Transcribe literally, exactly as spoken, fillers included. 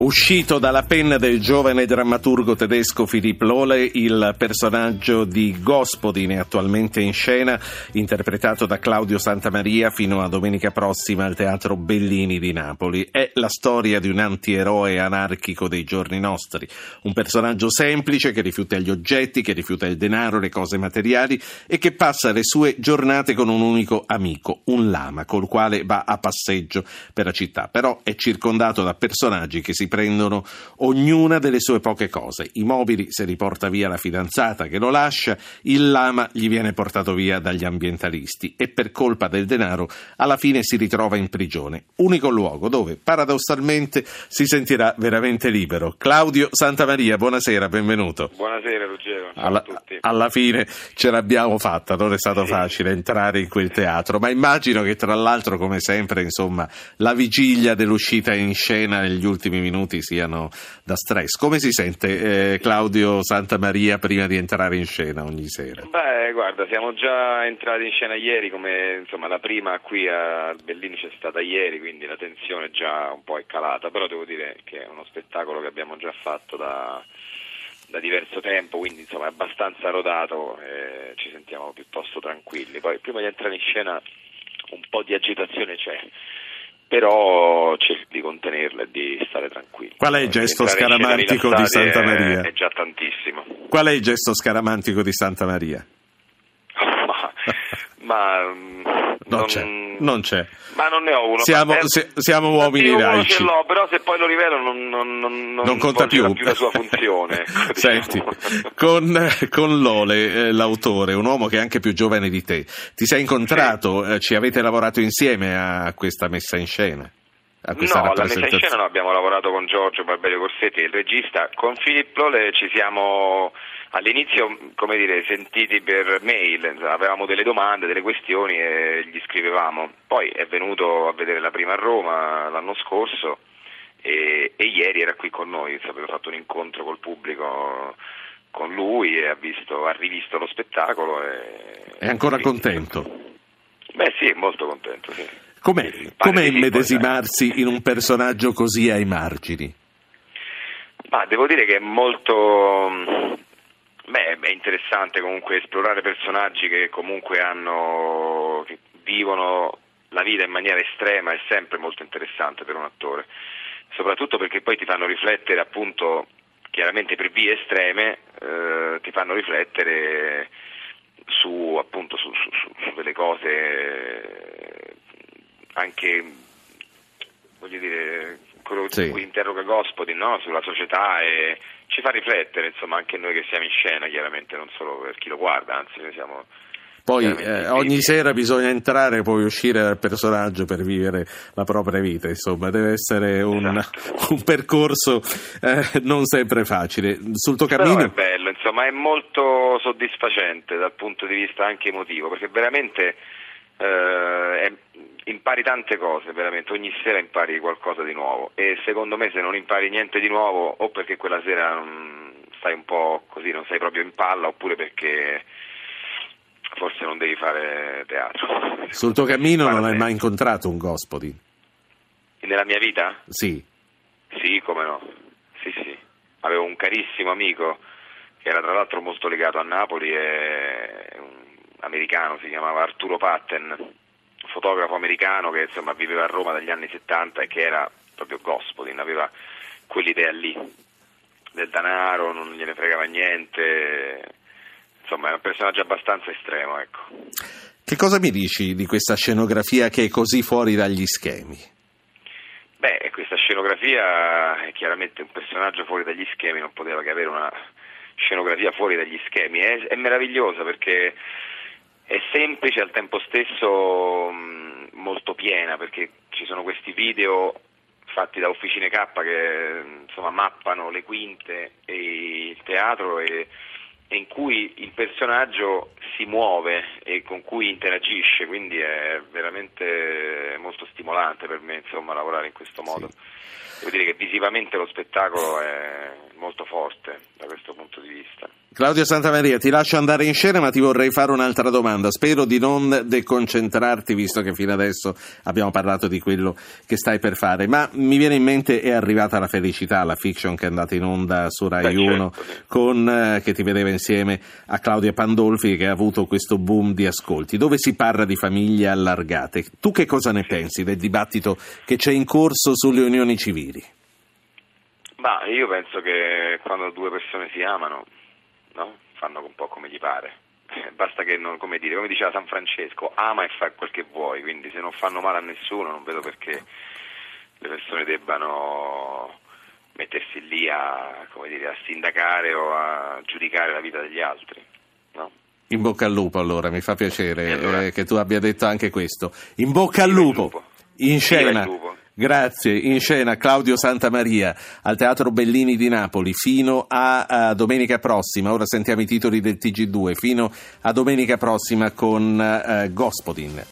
Uscito dalla penna del giovane drammaturgo tedesco Philipp Lohle, il personaggio di Gospodin è attualmente in scena, interpretato da Claudio Santamaria fino a domenica prossima al Teatro Bellini di Napoli. È la storia di un antieroe anarchico dei giorni nostri, un personaggio semplice che rifiuta gli oggetti, che rifiuta il denaro, le cose materiali e che passa le sue giornate con un unico amico, un lama, col quale va a passeggio per la città. Però è circondato da personaggi che si prendono ognuna delle sue poche cose. I mobili se li porta via la fidanzata che lo lascia, il lama gli viene portato via dagli ambientalisti e per colpa del denaro alla fine si ritrova in prigione, unico luogo dove paradossalmente si sentirà veramente libero. Claudio Santamaria, buonasera, benvenuto. Buonasera Ruggero, ciao alla, a tutti. Alla fine ce l'abbiamo fatta, non è stato sì. facile entrare in quel teatro, ma immagino che tra l'altro, come sempre, insomma, la vigilia dell'uscita in scena negli ultimi minuti siano da stress. Come si sente eh, Claudio Santamaria prima di entrare in scena ogni sera? Beh, guarda, siamo già entrati in scena ieri, come insomma la prima qui a Bellini c'è stata ieri, quindi la tensione già un po' è calata, però devo dire che è uno spettacolo che abbiamo già fatto da, da diverso tempo, quindi insomma è abbastanza rodato e ci sentiamo piuttosto tranquilli. Poi prima di entrare in scena un po' di agitazione c'è, però cerco di contenerla e di stare tranquilli. Qual è il gesto scaramantico di Santamaria? È, è già tantissimo. Qual è il gesto scaramantico di Santamaria? ma ma non, non c'è, non c'è. Ma non ne ho uno. Siamo, ma, se, siamo uomini io laici. Ce l'ho, però se poi lo rivelo non, non, non, non conta più. più la sua funzione. Ecco, Senti, diciamo. con, con Lohle, eh, l'autore, un uomo che è anche più giovane di te, ti sei incontrato, sì. eh, ci avete lavorato insieme a questa messa in scena? A questa no, la messa in scena no, abbiamo lavorato con Giorgio Barberio Corsetti, il regista. Con Philipp Lohle ci siamo all'inizio, come dire, sentiti per mail, avevamo delle domande, delle questioni e gli scrivevamo. Poi è venuto a vedere la prima a Roma l'anno scorso e, e ieri era qui con noi, abbiamo fatto un incontro col pubblico con lui e ha, visto, ha rivisto lo spettacolo. E, è ancora e, contento? Beh sì, molto contento, sì. Com'è, com'è immedesimarsi in un personaggio così ai margini? Ma devo dire che è molto... Beh, è interessante comunque esplorare personaggi che comunque hanno, che vivono la vita in maniera estrema, è sempre molto interessante per un attore, soprattutto perché poi ti fanno riflettere, appunto, chiaramente per vie estreme, eh, ti fanno riflettere su, appunto, su, su, su, su delle cose anche, voglio dire, quello sì. Su cui interroga Gospodin, no? Sulla società e ci fa riflettere, insomma, anche noi che siamo in scena, chiaramente, non solo per chi lo guarda, anzi noi siamo... Poi eh, ogni sera bisogna entrare e poi uscire dal personaggio per vivere la propria vita, insomma, deve essere un, esatto. un percorso eh, non sempre facile. Sul tuo cammino... Però è bello, insomma, è molto soddisfacente dal punto di vista anche emotivo, perché veramente eh, è, impari tante cose, veramente, ogni sera impari qualcosa di nuovo e secondo me se non impari niente di nuovo o perché quella sera non stai un po' così, non sei proprio in palla, oppure perché forse non devi fare teatro. Sul tuo cammino non hai mai incontrato un Gospodin? Nella mia vita? Sì. Sì, come no. Sì, sì. Avevo un carissimo amico che era tra l'altro molto legato a Napoli, e un americano, si chiamava Arturo Patten, fotografo americano che insomma viveva a Roma dagli anni settanta e che era proprio Gospodin, aveva quell'idea lì del denaro, non gliene fregava niente, insomma è un personaggio abbastanza estremo, ecco. Che cosa mi dici di questa scenografia che è così fuori dagli schemi? Beh, questa scenografia è chiaramente un personaggio fuori dagli schemi, non poteva che avere una scenografia fuori dagli schemi, è, è meravigliosa perché è semplice e al tempo stesso mh, molto piena, perché ci sono questi video fatti da Officine K che insomma mappano le quinte e il teatro e, e in cui il personaggio si muove e con cui interagisce, quindi è veramente molto stimolante per me, insomma, lavorare in questo modo. Sì. Devo dire che visivamente lo spettacolo è molto forte da questo punto di vista. Claudio Santamaria, ti lascio andare in scena, ma ti vorrei fare un'altra domanda. Spero di non deconcentrarti, visto che fino adesso abbiamo parlato di quello che stai per fare, ma mi viene in mente È arrivata la felicità, la fiction che è andata in onda su Rai Beh, uno, certo, sì. con, eh, che ti vedeva insieme a Claudia Pandolfi, che ha avuto questo boom di ascolti, dove si parla di famiglie allargate. Tu che cosa ne pensi del dibattito che c'è in corso sulle unioni civili? Ma io penso che quando due persone si amano, no? Fanno un po' come gli pare, basta che non, come dire, come diceva San Francesco, ama e fa quel che vuoi, quindi se non fanno male a nessuno non vedo perché le persone debbano mettersi lì a, come dire, a sindacare o a giudicare la vita degli altri, no? In bocca al lupo, allora, mi fa piacere allora, eh, che tu abbia detto anche questo. In bocca al lupo, lupo. in scena. lupo. Grazie, in scena Claudio Santamaria al Teatro Bellini di Napoli fino a, a domenica prossima. Ora sentiamo i titoli del T G due, fino a domenica prossima con uh, Gospodin.